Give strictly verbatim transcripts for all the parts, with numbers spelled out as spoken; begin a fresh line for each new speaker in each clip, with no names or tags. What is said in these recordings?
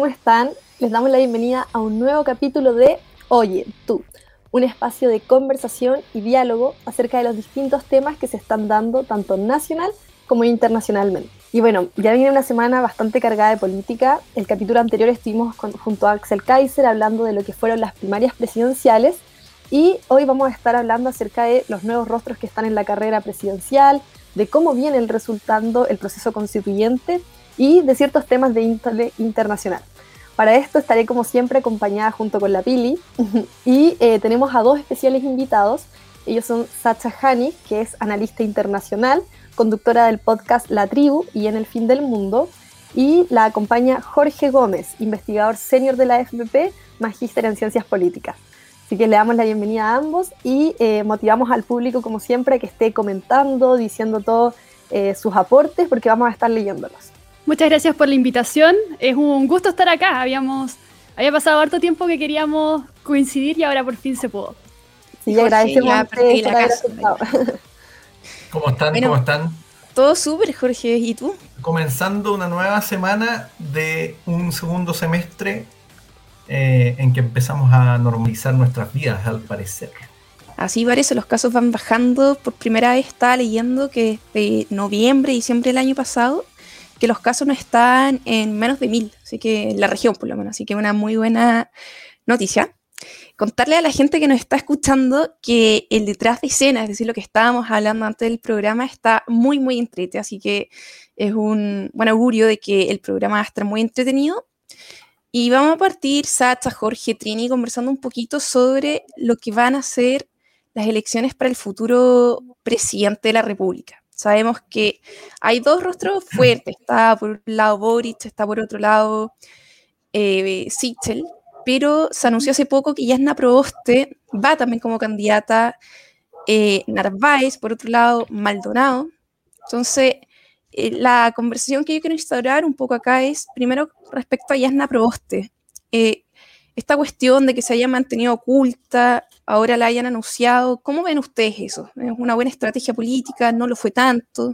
¿cómo están? Les damos la bienvenida a un nuevo capítulo de Oye, tú, un espacio de conversación y diálogo acerca de los distintos temas que se están dando tanto nacional como internacionalmente. Y bueno, ya viene una semana bastante cargada de política. El capítulo anterior estuvimos con, junto a Axel Kaiser hablando de lo que fueron las primarias presidenciales y hoy vamos a estar hablando acerca de los nuevos rostros que están en la carrera presidencial, de cómo viene resultando el proceso constituyente y de ciertos temas de índole internacional. Para esto estaré como siempre acompañada junto con la Pili y eh, tenemos a dos especiales invitados. Ellos son Sacha Hani, que es analista internacional, conductora del podcast La Tribu y En el Fin del Mundo, y la acompaña Jorge Gómez, investigador senior de la F P P, magíster en Ciencias Políticas. Así que le damos la bienvenida a ambos y eh, motivamos al público como siempre a que esté comentando, diciendo todos eh, sus aportes, porque vamos a estar leyéndolos.
Muchas gracias por la invitación, es un gusto estar acá, habíamos, había pasado harto tiempo que queríamos coincidir y ahora por fin se pudo.
Sí, Jorge, agradecemos a ustedes por haber aceptado.
¿Cómo están? Bueno, ¿Cómo están?
Todo súper, Jorge, ¿y tú?
Comenzando una nueva semana de un segundo semestre eh, en que empezamos a normalizar nuestras vidas, al parecer.
Así parece, los casos van bajando. Por primera vez estaba leyendo que de noviembre, diciembre del año pasado, que los casos no están en menos de mil, así que en la región por lo menos, así que una muy buena noticia. Contarle a la gente que nos está escuchando que el detrás de escena, es decir, lo que estábamos hablando antes del programa, está muy, muy entretenido, así que es un buen augurio de que el programa va a estar muy entretenido. Y vamos a partir, Sacha, Jorge, Trini, conversando un poquito sobre lo que van a ser las elecciones para el futuro presidente de la República. Sabemos que hay dos rostros fuertes, está por un lado Boric, está por otro lado eh, Sichel, pero se anunció hace poco que Jasna Proboste va también como candidata, eh, Narváez, por otro lado Maldonado. Entonces, eh, la conversación que yo quiero instaurar un poco acá es, primero, respecto a Jasna Proboste. Eh, esta cuestión de que se haya mantenido oculta, ahora la hayan anunciado, ¿cómo ven ustedes eso? ¿Es una buena estrategia política? ¿No lo fue tanto?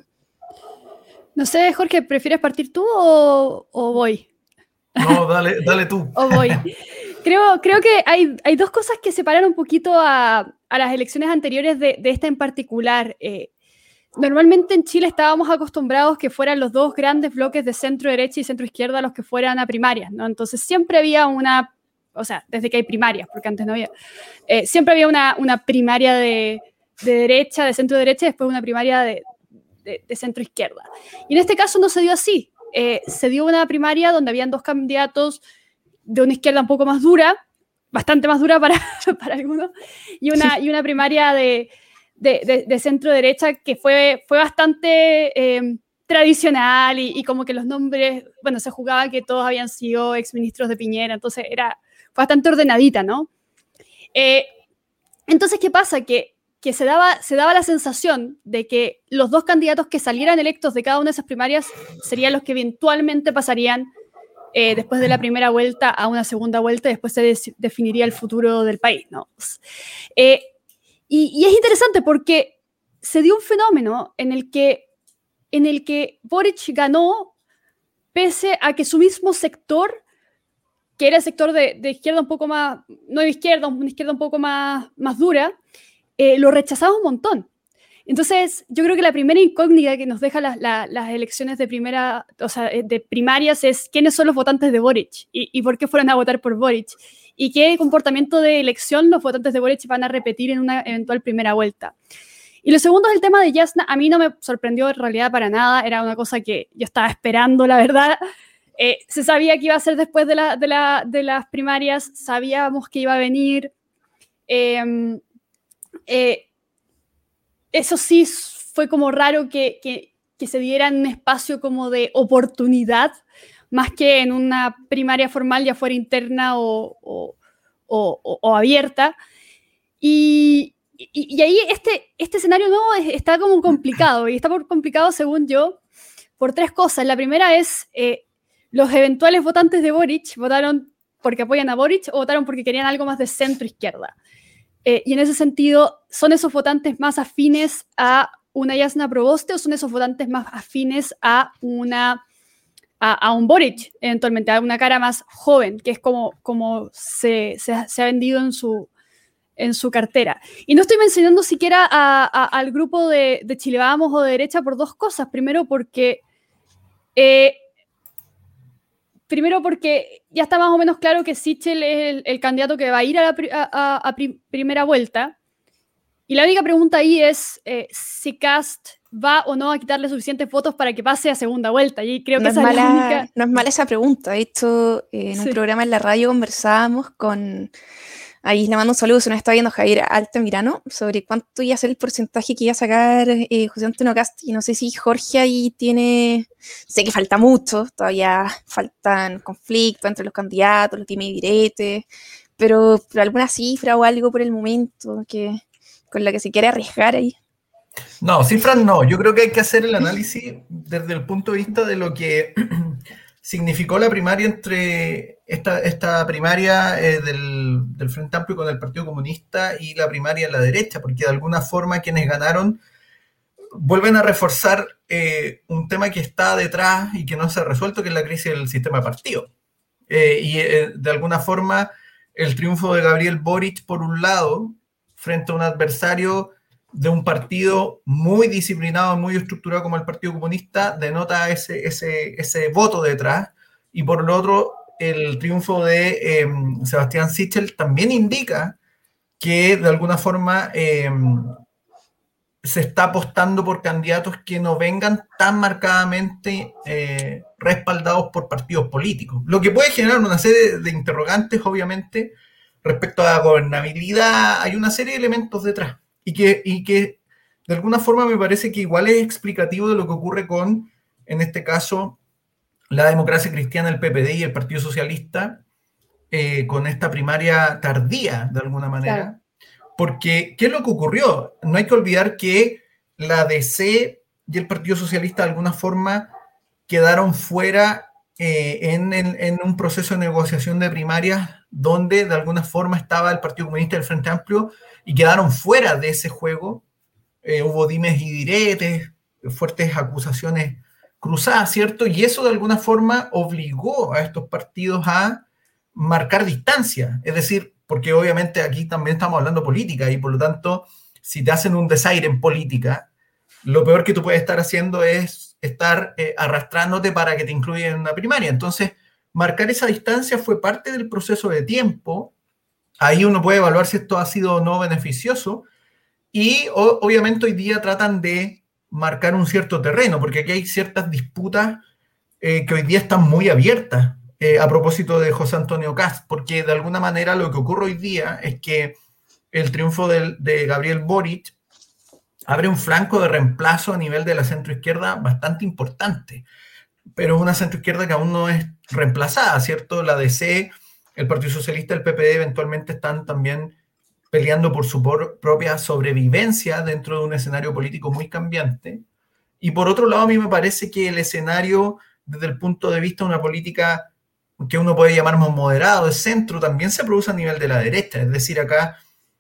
No sé, Jorge, ¿prefieres partir tú o, o voy?
No, dale, dale tú.
O voy. Creo, creo que hay, hay dos cosas que separan un poquito a, a las elecciones anteriores de, de esta en particular. Eh, normalmente en Chile estábamos acostumbrados que fueran los dos grandes bloques de centro-derecha y centro-izquierda los que fueran a primarias, ¿no? Entonces siempre había una, o sea, desde que hay primarias, porque antes no había, eh, siempre había una, una primaria de, de derecha, de centro-derecha, y después una primaria de, de, de centro-izquierda. Y en este caso no se dio así. Eh, se dio una primaria donde habían dos candidatos de una izquierda un poco más dura, bastante más dura para, para algunos, y una, y una primaria de, de, de, de centro-derecha que fue, fue bastante eh, tradicional y, y como que los nombres, bueno, se jugaba que todos habían sido exministros de Piñera, entonces era bastante ordenadita, ¿no? Eh, entonces, ¿qué pasa? Que, que se, daba, se daba la sensación de que los dos candidatos que salieran electos de cada una de esas primarias serían los que eventualmente pasarían eh, después de la primera vuelta a una segunda vuelta y después se des- definiría el futuro del país, ¿no? Eh, y, y es interesante porque se dio un fenómeno en el que, en el que Boric ganó pese a que su mismo sector, que era el sector de, de izquierda un poco más, no de izquierda, una izquierda un poco más, más dura, eh, lo rechazaba un montón. Entonces, yo creo que la primera incógnita que nos deja la, la, las elecciones de primera, o sea, de primarias es quiénes son los votantes de Boric y, y por qué fueron a votar por Boric y qué comportamiento de elección los votantes de Boric van a repetir en una eventual primera vuelta. Y lo segundo es el tema de Jasna. A mí no me sorprendió en realidad para nada, era una cosa que yo estaba esperando, la verdad. Eh, se sabía que iba a ser después de, la, de, la, de las primarias, sabíamos que iba a venir. Eh, eh, eso sí fue como raro que, que, que se diera en un espacio como de oportunidad, más que en una primaria formal, ya fuera interna o, o, o, o abierta. Y, y, y ahí este, este escenario nuevo es, está como complicado, y está por complicado, según yo, por tres cosas. La primera es, eh, los eventuales votantes de Boric votaron porque apoyan a Boric o votaron porque querían algo más de centro-izquierda. Eh, y en ese sentido, ¿son esos votantes más afines a una Jasna Proboste o son esos votantes más afines a una, a, a un Boric, eventualmente, a una cara más joven, que es como, como se, se, se ha vendido en su, en su cartera. Y no estoy mencionando siquiera a, a, al grupo de, de Chile Vamos o de derecha por dos cosas. Primero porque... Eh, Primero porque ya está más o menos claro que Sichel es el, el candidato que va a ir a la pri, a, a, a pri, primera vuelta. Y la única pregunta ahí es eh, si Kast va o no a quitarle suficientes votos para que pase a segunda vuelta. Y creo
no
que
es
esa
mala,
es la única...
No es mala esa pregunta. De hecho, eh, en un
sí.
programa en la radio conversábamos con... Ahí le mando un saludo, se nos está viendo Javier Altamirano, sobre cuánto iba a ser el porcentaje que iba a sacar eh, José Antonio Kast. Y no sé si Jorge ahí tiene... Sé que falta mucho, todavía faltan conflictos entre los candidatos, los tiene diretes, pero, pero alguna cifra o algo por el momento que con la que se quiere arriesgar ahí.
No, cifras no. Yo creo que hay que hacer el análisis desde el punto de vista de lo que significó la primaria entre esta, esta primaria eh, del, del Frente Amplio con el Partido Comunista y la primaria en la derecha, porque de alguna forma quienes ganaron vuelven a reforzar eh, un tema que está detrás y que no se ha resuelto, que es la crisis del sistema de partido. Eh, y eh, de alguna forma el triunfo de Gabriel Boric, por un lado, frente a un adversario de un partido muy disciplinado, muy estructurado como el Partido Comunista, denota ese, ese, ese voto detrás. Y por lo otro, el triunfo de eh, Sebastián Sichel también indica que de alguna forma eh, se está apostando por candidatos que no vengan tan marcadamente eh, respaldados por partidos políticos. Lo que puede generar una serie de interrogantes, obviamente, respecto a la gobernabilidad. Hay una serie de elementos detrás. Y que, y que de alguna forma me parece que igual es explicativo de lo que ocurre con, en este caso, la Democracia Cristiana, el P P D y el Partido Socialista, eh, con esta primaria tardía, de alguna manera. Claro. Porque, ¿qué es lo que ocurrió? No hay que olvidar que la D C y el Partido Socialista de alguna forma quedaron fuera eh, en, en, en un proceso de negociación de primarias donde de alguna forma estaba el Partido Comunista y el Frente Amplio, y quedaron fuera de ese juego. Eh, hubo dimes y diretes, fuertes acusaciones cruzadas, ¿cierto? Y eso de alguna forma obligó a estos partidos a marcar distancia. Es decir, porque obviamente aquí también estamos hablando política y por lo tanto, si te hacen un desaire en política, lo peor que tú puedes estar haciendo es estar eh, arrastrándote para que te incluyan en una primaria. Entonces, marcar esa distancia fue parte del proceso de tiempo. Ahí uno puede evaluar si esto ha sido o no beneficioso. Y o, obviamente hoy día tratan de marcar un cierto terreno, porque aquí hay ciertas disputas eh, que hoy día están muy abiertas eh, a propósito de José Antonio Kast, porque de alguna manera lo que ocurre hoy día es que el triunfo de, de Gabriel Boric abre un flanco de reemplazo a nivel de la centroizquierda bastante importante, pero una centroizquierda que aún no es reemplazada, ¿cierto? La D C, el Partido Socialista, el P P D eventualmente están también peleando por su por, propia sobrevivencia dentro de un escenario político muy cambiante. Y por otro lado, a mí me parece que el escenario, desde el punto de vista de una política que uno puede llamar más moderado, de centro, también se produce a nivel de la derecha. Es decir, acá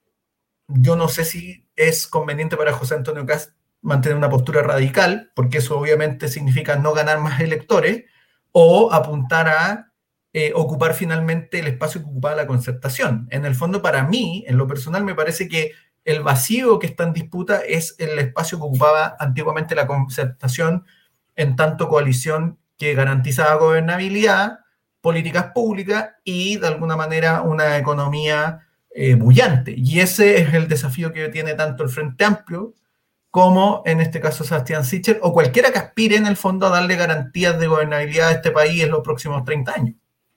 yo no sé si es conveniente para José Antonio Kast mantener una postura radical, porque eso obviamente significa no ganar más electores, o apuntar a Eh, ocupar finalmente el espacio que ocupaba la concertación. En el fondo, para mí, en lo personal, me parece que el vacío que está en disputa es el espacio que ocupaba antiguamente la concertación en tanto coalición que garantizaba gobernabilidad, políticas públicas y, de alguna manera, una economía eh, bullante. Y ese es el desafío que tiene tanto el Frente Amplio como, en este caso, Sebastián Sichel, o cualquiera que aspire, en el fondo, a darle garantías de gobernabilidad a este país en los próximos treinta años.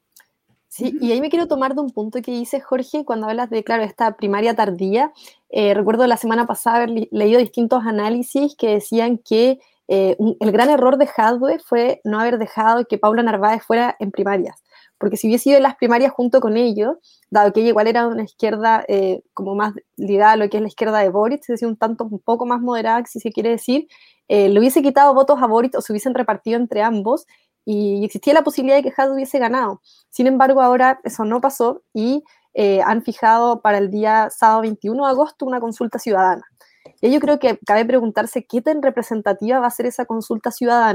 Sí, y ahí me quiero tomar de un punto que dice Jorge cuando hablas de, claro, esta primaria tardía. Eh, recuerdo la semana pasada haber le- leído distintos análisis que decían que eh, un- el gran error de Jadwe fue no haber dejado que Paula Narváez fuera en primarias, porque si hubiese ido en las primarias junto con ellos, dado que ella igual era una izquierda eh, como más ligada a lo que es la izquierda de Boric, es decir, un tanto un poco más moderada, si se quiere decir, eh, le hubiese quitado votos a Boric o se hubiesen repartido entre ambos, y existía la posibilidad de que Jadwe hubiese ganado. Sin embargo, ahora eso no pasó y eh, han fijado para el día sábado veintiuno de agosto una consulta ciudadana. Y yo creo que cabe preguntarse qué tan representativa va a ser esa consulta ciudadana,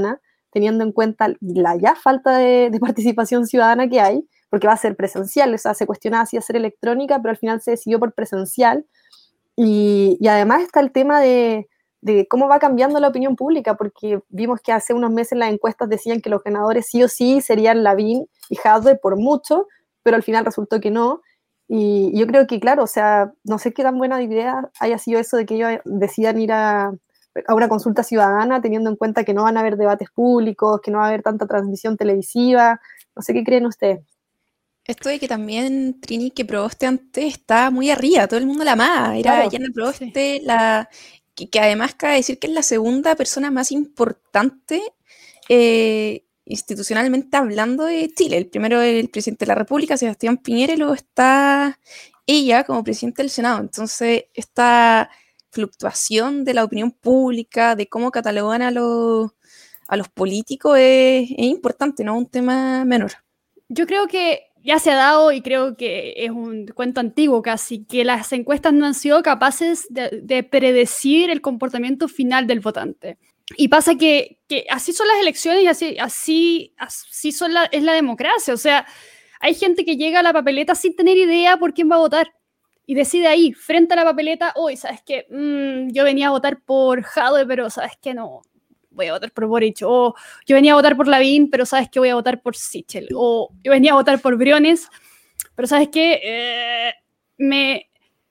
teniendo en cuenta la ya falta de, de participación ciudadana que hay, porque va a ser presencial, o sea, se cuestionaba si iba a ser electrónica, pero al final se decidió por presencial. Y, y además está el tema de, de cómo va cambiando la opinión pública, porque vimos que hace unos meses las encuestas decían que los ganadores sí o sí serían Lavín y Jadwe por mucho, pero al final resultó que no. Y yo creo que, claro, o sea, no sé qué tan buena idea haya sido eso de que ellos decidan ir a, a una consulta ciudadana teniendo en cuenta que no van a haber debates públicos, que no va a haber tanta transmisión televisiva. No sé qué creen ustedes.
Esto de que también Trini, que Proboste antes estaba muy arriba, todo el mundo la amaba, era
Claro,
Yana Proboste,
sí.
la, que, que además cabe decir que es la segunda persona más importante eh, institucionalmente hablando de Chile. El primero es el presidente de la República, Sebastián Piñera, y luego está ella como presidente del Senado. Entonces, esta fluctuación de la opinión pública, de cómo catalogan a los, a los políticos es, es importante, no es un tema menor.
Yo creo que ya se ha dado, y creo que es un cuento antiguo casi, que las encuestas no han sido capaces de, de predecir el comportamiento final del votante. Y pasa que, que así son las elecciones y así, así, así son la, es la democracia. O sea, hay gente que llega a la papeleta sin tener idea por quién va a votar. Y decide ahí, frente a la papeleta, hoy, ¿sabes qué? Mm, yo venía a votar por Jadwe, pero ¿sabes qué? No, voy a votar por Boric. O yo venía a votar por Lavín, pero ¿sabes qué? Voy a votar por Sichel. O yo venía a votar por Briones, pero ¿sabes qué? Eh, me,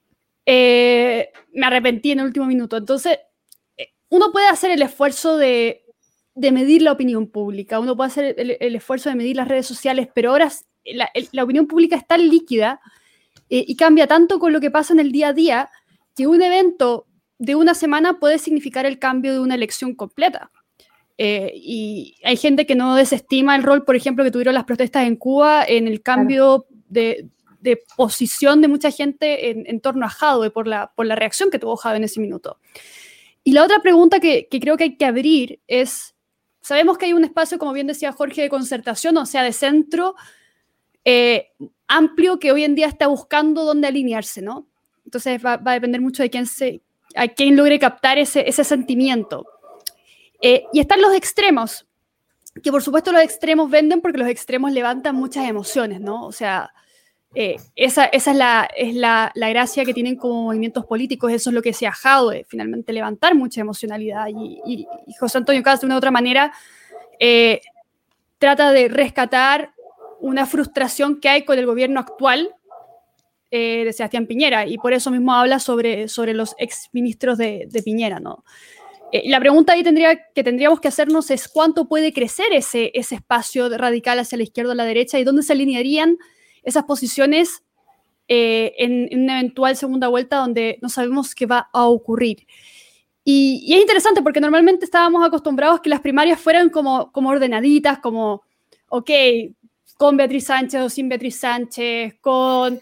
eh, me arrepentí en el último minuto. Entonces, uno puede hacer el esfuerzo de, de medir la opinión pública, uno puede hacer el, el esfuerzo de medir las redes sociales, pero ahora la, la opinión pública es tan líquida eh, y cambia tanto con lo que pasa en el día a día que un evento de una semana puede significar el cambio de una elección completa. Eh, y hay gente que no desestima el rol, por ejemplo, que tuvieron las protestas en Cuba en el cambio claro. de, de posición de mucha gente en, en torno a Jadwe por la, por la reacción que tuvo Jadwe en ese minuto. Y la otra pregunta que, que creo que hay que abrir es, sabemos que hay un espacio, como bien decía Jorge, de concertación, o sea, de centro eh, amplio que hoy en día está buscando dónde alinearse, ¿no? Entonces va, va a depender mucho de quién, se, a quién logre captar ese, ese sentimiento. Eh, y están los extremos, que por supuesto los extremos venden porque los extremos levantan muchas emociones, ¿no? O sea, Eh, esa, esa es, la, es la, la gracia que tienen como movimientos políticos, eso es lo que se ha Jadwe, finalmente levantar mucha emocionalidad y, y, y José Antonio Caz de una u otra manera eh, trata de rescatar una frustración que hay con el gobierno actual eh, de Sebastián Piñera y por eso mismo habla sobre, sobre los exministros de, de Piñera, ¿no? Eh, la pregunta ahí tendría, que tendríamos que hacernos es cuánto puede crecer ese, ese espacio radical hacia la izquierda o la derecha y dónde se alinearían esas posiciones eh, en, en una eventual segunda vuelta donde no sabemos qué va a ocurrir. Y, y es interesante porque normalmente estábamos acostumbrados a que las primarias fueran como, como ordenaditas, como, ok, con Beatriz Sánchez o sin Beatriz Sánchez, con,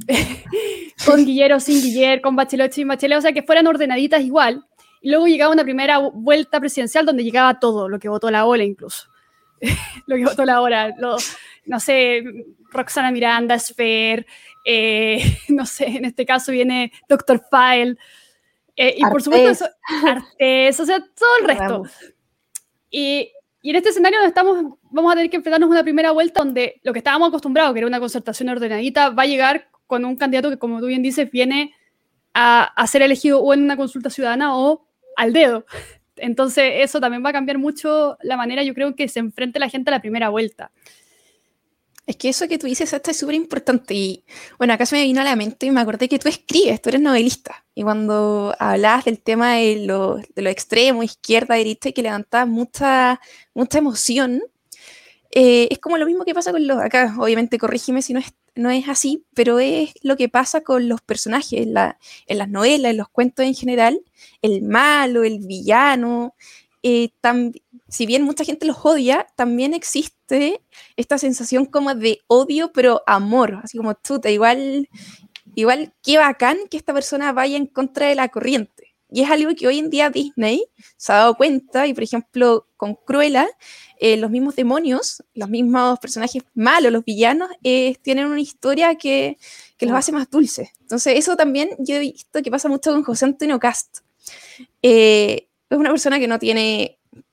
con Guillermo o sin Guillermo, con Bachelet o sin Bachelet, o sea, que fueran ordenaditas igual. Y luego llegaba una primera vuelta presidencial donde llegaba todo, lo que votó la ola incluso. lo que votó la ola, lo, no sé, Roxana Miranda, Esfer, eh, no sé, en este caso viene doctor File, eh, y Artés. Por supuesto eso, Artés, o sea, todo el resto. Y, y en este escenario donde estamos, vamos a tener que enfrentarnos a una primera vuelta donde lo que estábamos acostumbrados, que era una concertación ordenadita, va a llegar con un candidato que, como tú bien dices, viene a, a ser elegido o en una consulta ciudadana o al dedo. Entonces eso también va a cambiar mucho la manera, yo creo, que se enfrente la gente a la primera vuelta.
Es que eso que tú dices, Asta, es súper importante. Y bueno, acá se me vino a la mente y me acordé que tú escribes, tú eres novelista. Y cuando hablabas del tema de lo, de lo extremo, izquierda, derecha, y que levantabas mucha, mucha emoción, eh, es como lo mismo que pasa con los... Acá, obviamente, corrígeme si no es, no es así, pero es lo que pasa con los personajes, en, la, en las novelas, en los cuentos en general. El malo, el villano... Eh, tam, si bien mucha gente los odia, también existe esta sensación como de odio, pero amor, así como chuta, igual, igual qué bacán que esta persona vaya en contra de la corriente. Y es algo que hoy en día Disney se ha dado cuenta, y por ejemplo con Cruella, eh, los mismos demonios, los mismos personajes malos, los villanos, eh, tienen una historia que, que los hace más dulces. Entonces eso también yo he visto que pasa mucho con José Antonio Cast. Eh, es una persona que no tiene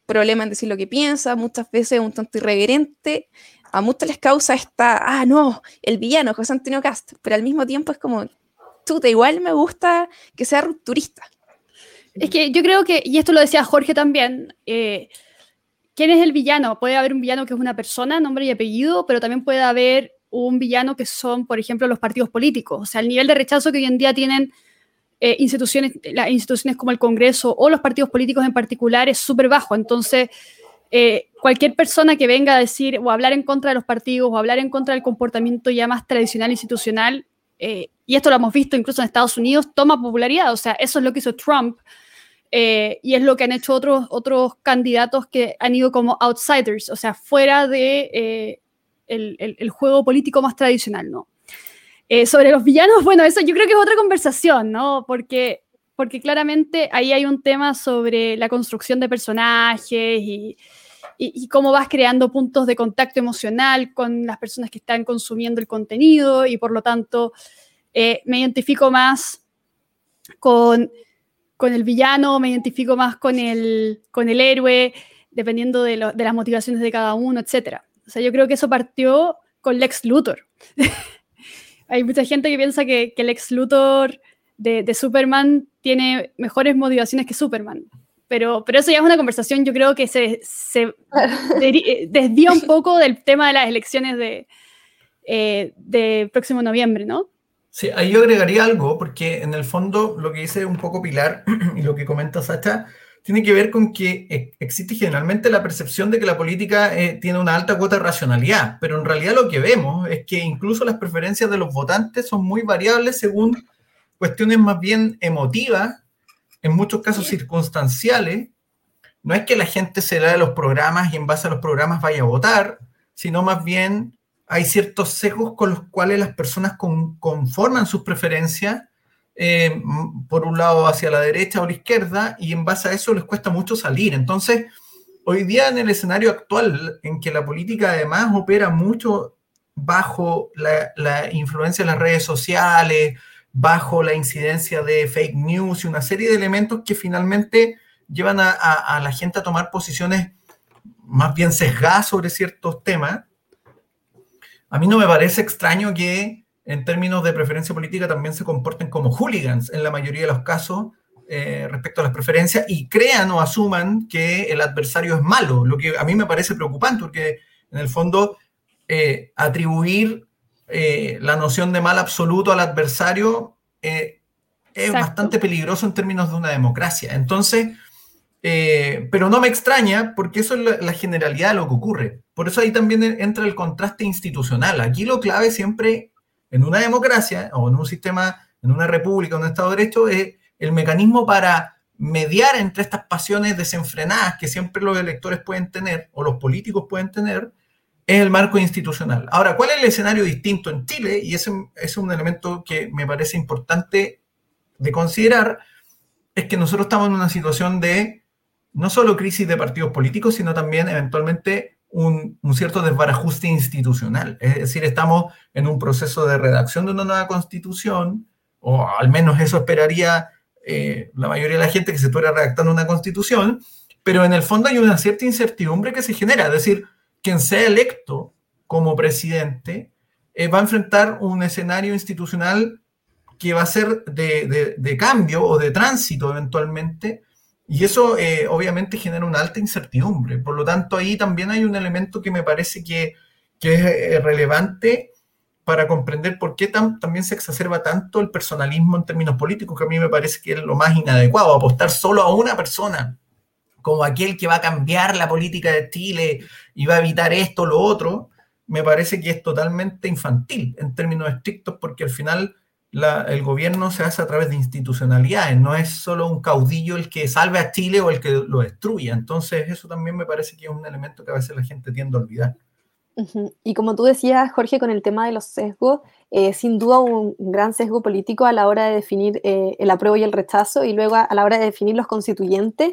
problema en decir lo que piensa, muchas veces un tanto irreverente. A muchos les causa esta, ah, no, el villano, José Antonio Cast, pero al mismo tiempo es como, chuta, igual me gusta que sea rupturista.
Es que yo creo que, y esto lo decía Jorge también, eh, ¿quién es el villano? Puede haber un villano que es una persona, nombre y apellido, pero también puede haber un villano que son, por ejemplo, los partidos políticos. O sea, el nivel de rechazo que hoy en día tienen eh, instituciones, las instituciones como el Congreso o los partidos políticos en particular es súper bajo. Entonces, eh, cualquier persona que venga a decir o a hablar en contra de los partidos o a hablar en contra del comportamiento ya más tradicional institucional, eh, y esto lo hemos visto incluso en Estados Unidos, toma popularidad. O sea, eso es lo que hizo Trump. Eh, y es lo que han hecho otros, otros candidatos que han ido como outsiders, o sea, fuera de eh, el, el, el juego político más tradicional, ¿no? Eh, sobre los villanos, bueno, eso yo creo que es otra conversación, ¿no? Porque, porque claramente ahí hay un tema sobre la construcción de personajes y, y, y cómo vas creando puntos de contacto emocional con las personas que están consumiendo el contenido, y por lo tanto eh, me identifico más con... con el villano, me identifico más con el, con el héroe, dependiendo de, lo, de las motivaciones de cada uno, etcétera. O sea, yo creo que eso partió con Lex Luthor. Hay mucha gente que piensa que, que Lex Luthor de, de Superman tiene mejores motivaciones que Superman. Pero, pero eso ya es una conversación, yo creo que se, se de, desvía un poco del tema de las elecciones de, eh, de próximo noviembre, ¿no?
Sí, ahí yo agregaría algo, porque en el fondo lo que dice un poco Pilar y lo que comenta Sacha tiene que ver con que existe generalmente la percepción de que la política eh, tiene una alta cuota de racionalidad, pero en realidad lo que vemos es que incluso las preferencias de los votantes son muy variables según cuestiones más bien emotivas, en muchos casos circunstanciales. No es que la gente se lea los programas y en base a los programas vaya a votar, sino más bien hay ciertos sesgos con los cuales las personas con, conforman sus preferencias, eh, por un lado hacia la derecha o la izquierda, y en base a eso les cuesta mucho salir. Entonces, hoy día en el escenario actual, en que la política además opera mucho bajo la, la influencia de las redes sociales, bajo la incidencia de fake news y una serie de elementos que finalmente llevan a, a, a la gente a tomar posiciones más bien sesgadas sobre ciertos temas, a mí no me parece extraño que en términos de preferencia política también se comporten como hooligans en la mayoría de los casos eh, respecto a las preferencias y crean o asuman que el adversario es malo, lo que a mí me parece preocupante porque en el fondo eh, atribuir eh, la noción de mal absoluto al adversario eh, es Exacto. bastante peligroso en términos de una democracia. Entonces, Eh, pero no me extraña porque eso es la, la generalidad de lo que ocurre. Por eso ahí también entra el contraste institucional. Aquí lo clave siempre en una democracia o en un sistema, en una república, en un Estado de Derecho, es el mecanismo para mediar entre estas pasiones desenfrenadas que siempre los electores pueden tener o los políticos pueden tener, es el marco institucional. Ahora, ¿cuál es el escenario distinto en Chile? Y ese, ese es un elemento que me parece importante de considerar, es que nosotros estamos en una situación de no solo crisis de partidos políticos, sino también eventualmente un, un cierto desbarajuste institucional. Es decir, estamos en un proceso de redacción de una nueva constitución, o al menos eso esperaría eh, la mayoría de la gente que se estuviera redactando una constitución, pero en el fondo hay una cierta incertidumbre que se genera. Es decir, quien sea electo como presidente eh, va a enfrentar un escenario institucional que va a ser de, de, de cambio o de tránsito eventualmente. Y eso eh, obviamente genera una alta incertidumbre. Por lo tanto, ahí también hay un elemento que me parece que, que es relevante para comprender por qué tam, también se exacerba tanto el personalismo en términos políticos, que a mí me parece que es lo más inadecuado. Apostar solo a una persona como aquel que va a cambiar la política de Chile y va a evitar esto o lo otro, me parece que es totalmente infantil en términos estrictos, porque al final La, el gobierno se hace a través de institucionalidades, no es solo un caudillo el que salve a Chile o el que lo destruya. Entonces eso también me parece que es un elemento que a veces la gente tiende a olvidar.
Uh-huh. Y como tú decías, Jorge, con el tema de los sesgos, eh, sin duda un, un gran sesgo político a la hora de definir eh, el apruebo y el rechazo, y luego a, a la hora de definir los constituyentes,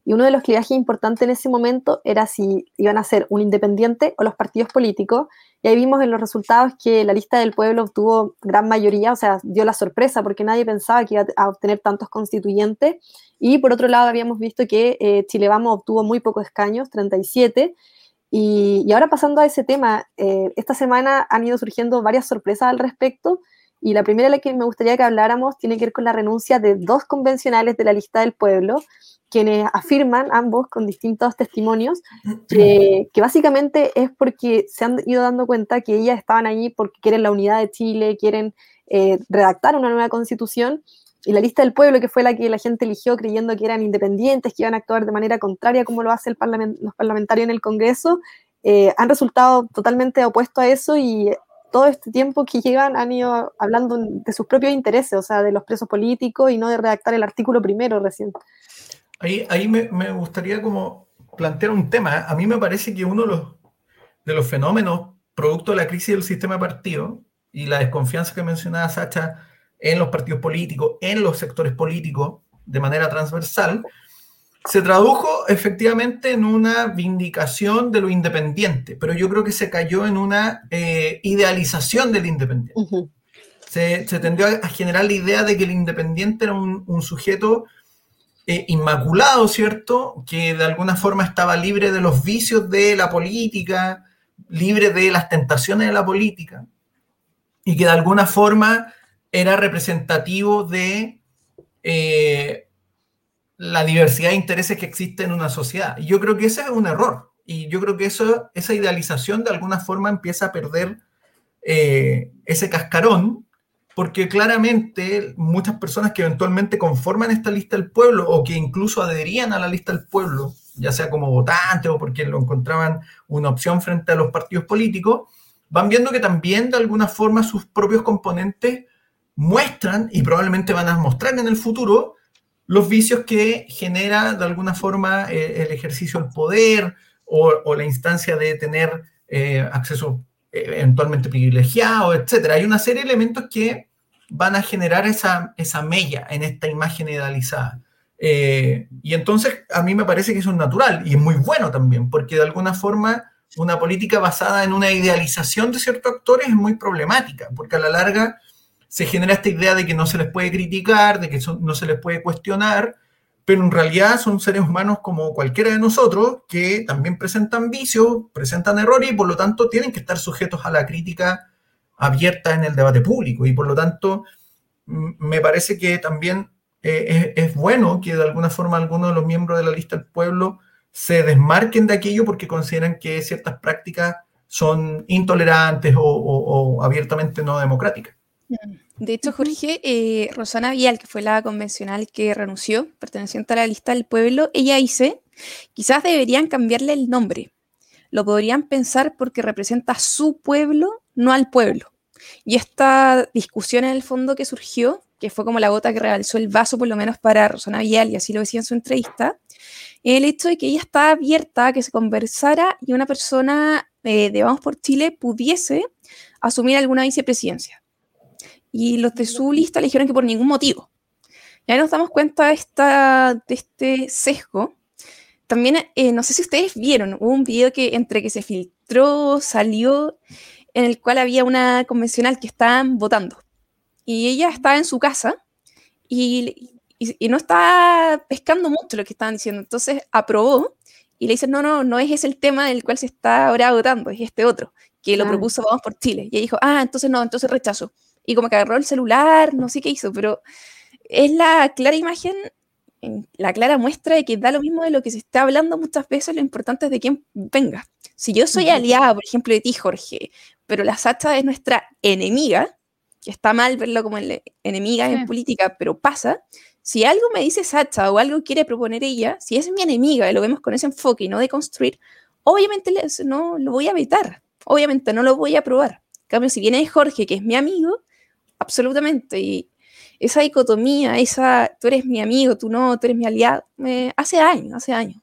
y uno de los clivajes importantes en ese momento era si iban a ser un independiente o los partidos políticos, y ahí vimos en los resultados que la lista del pueblo obtuvo gran mayoría, o sea, dio la sorpresa porque nadie pensaba que iba a obtener tantos constituyentes, y por otro lado habíamos visto que eh, Chile Vamos obtuvo muy pocos escaños, treinta y siete, y, y ahora pasando a ese tema, eh, esta semana han ido surgiendo varias sorpresas al respecto, y la primera de la que me gustaría que habláramos tiene que ver con la renuncia de dos convencionales de la lista del pueblo, quienes afirman, ambos con distintos testimonios, que, que básicamente es porque se han ido dando cuenta que ellas estaban ahí porque quieren la unidad de Chile, quieren eh, redactar una nueva constitución, y la lista del pueblo, que fue la que la gente eligió creyendo que eran independientes, que iban a actuar de manera contraria como lo hacen parlament- los parlamentarios en el Congreso, eh, han resultado totalmente opuestos a eso, y todo este tiempo que llevan han ido hablando de sus propios intereses, o sea, de los presos políticos y no de redactar el artículo primero recién.
Ahí, ahí me, me gustaría como plantear un tema. A mí me parece que uno de los, de los fenómenos producto de la crisis del sistema de partidos y la desconfianza que mencionaba Sacha en los partidos políticos, en los sectores políticos, de manera transversal, se tradujo efectivamente en una vindicación de lo independiente, pero yo creo que se cayó en una eh, idealización del independiente. Uh-huh. Se, se tendió a generar la idea de que el independiente era un, un sujeto eh, inmaculado, ¿cierto? Que de alguna forma estaba libre de los vicios de la política, libre de las tentaciones de la política, y que de alguna forma era representativo de eh, la diversidad de intereses que existe en una sociedad. Y yo creo que ese es un error. Y yo creo que eso, esa idealización de alguna forma empieza a perder eh, ese cascarón, porque claramente muchas personas que eventualmente conforman esta lista del pueblo o que incluso adherían a la lista del pueblo, ya sea como votantes o porque lo encontraban una opción frente a los partidos políticos, van viendo que también de alguna forma sus propios componentes muestran, y probablemente van a mostrar en el futuro, los vicios que genera de alguna forma eh, el ejercicio del poder o, o la instancia de tener eh, acceso eh, eventualmente privilegiado, etcétera. Hay una serie de elementos que van a generar esa, esa mella en esta imagen idealizada. Eh, y entonces a mí me parece que eso es natural y es muy bueno también, porque de alguna forma una política basada en una idealización de ciertos actores es muy problemática, porque a la larga se genera esta idea de que no se les puede criticar, de que son, no se les puede cuestionar, pero en realidad son seres humanos como cualquiera de nosotros que también presentan vicios, presentan errores y por lo tanto tienen que estar sujetos a la crítica abierta en el debate público. Y por lo tanto me parece que también eh, es, es bueno que de alguna forma algunos de los miembros de la lista del pueblo se desmarquen de aquello porque consideran que ciertas prácticas son intolerantes o, o, o abiertamente no democráticas.
De hecho, Jorge, eh, Rosana Vial, que fue la convencional que renunció, perteneciente a la lista del pueblo, ella dice, quizás deberían cambiarle el nombre. Lo podrían pensar porque representa a su pueblo, no al pueblo. Y esta discusión en el fondo que surgió, que fue como la gota que rebalsó el vaso, por lo menos para Rosana Vial, y así lo decía en su entrevista, el hecho de que ella está abierta a que se conversara y una persona eh, de Vamos por Chile pudiese asumir alguna vicepresidencia. Y los de su lista le dijeron que por ningún motivo. Ya nos damos cuenta de, esta, de este sesgo. También, eh, no sé si ustedes vieron, hubo un video que entre que se filtró, salió, en el cual había una convencional que estaban votando. Y ella estaba en su casa y, y, y no estaba pescando mucho lo que estaban diciendo. Entonces aprobó y le dicen, no, no, no es ese el tema del cual se está ahora votando, es este otro, que lo ah. propuso Vamos por Chile. Y ella dijo, ah, entonces no, entonces rechazo. Y como que agarró el celular, no sé qué hizo, pero es la clara imagen, la clara muestra de que da lo mismo de lo que se está hablando muchas veces, lo importante es de quién venga. Si yo soy aliada, por ejemplo, de ti, Jorge, pero la Sacha es nuestra enemiga, que está mal verlo como enemiga sí. en política, pero pasa, si algo me dice Sacha o algo quiere proponer ella, si es mi enemiga y lo vemos con ese enfoque y no de construir, obviamente no lo voy a vetar, obviamente no lo voy a aprobar. En cambio, si viene Jorge, que es mi amigo, absolutamente, y esa dicotomía, esa tú eres mi amigo, tú no, tú eres mi aliado, eh, hace años, hace años.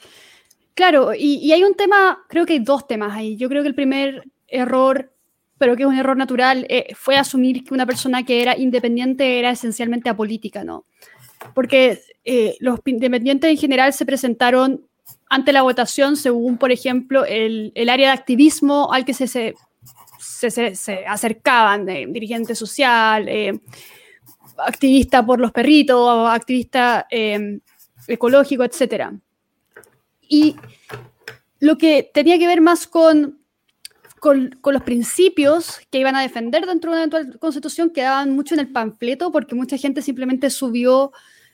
Claro, y, y hay un tema, creo que hay dos temas ahí. Yo creo que el primer error, pero que es un error natural, eh, fue asumir que una persona que era independiente era esencialmente apolítica, ¿no? porque eh, los independientes en general se presentaron ante la votación según, por ejemplo, el, el área de activismo al que se, se, se, se, se acercaban, eh, dirigente social, eh, activista por los perritos, activista eh, ecológico, etcétera. Y lo que tenía que ver más con, con, con los principios que iban a defender dentro de una eventual constitución quedaban mucho en el panfleto, porque mucha gente simplemente subió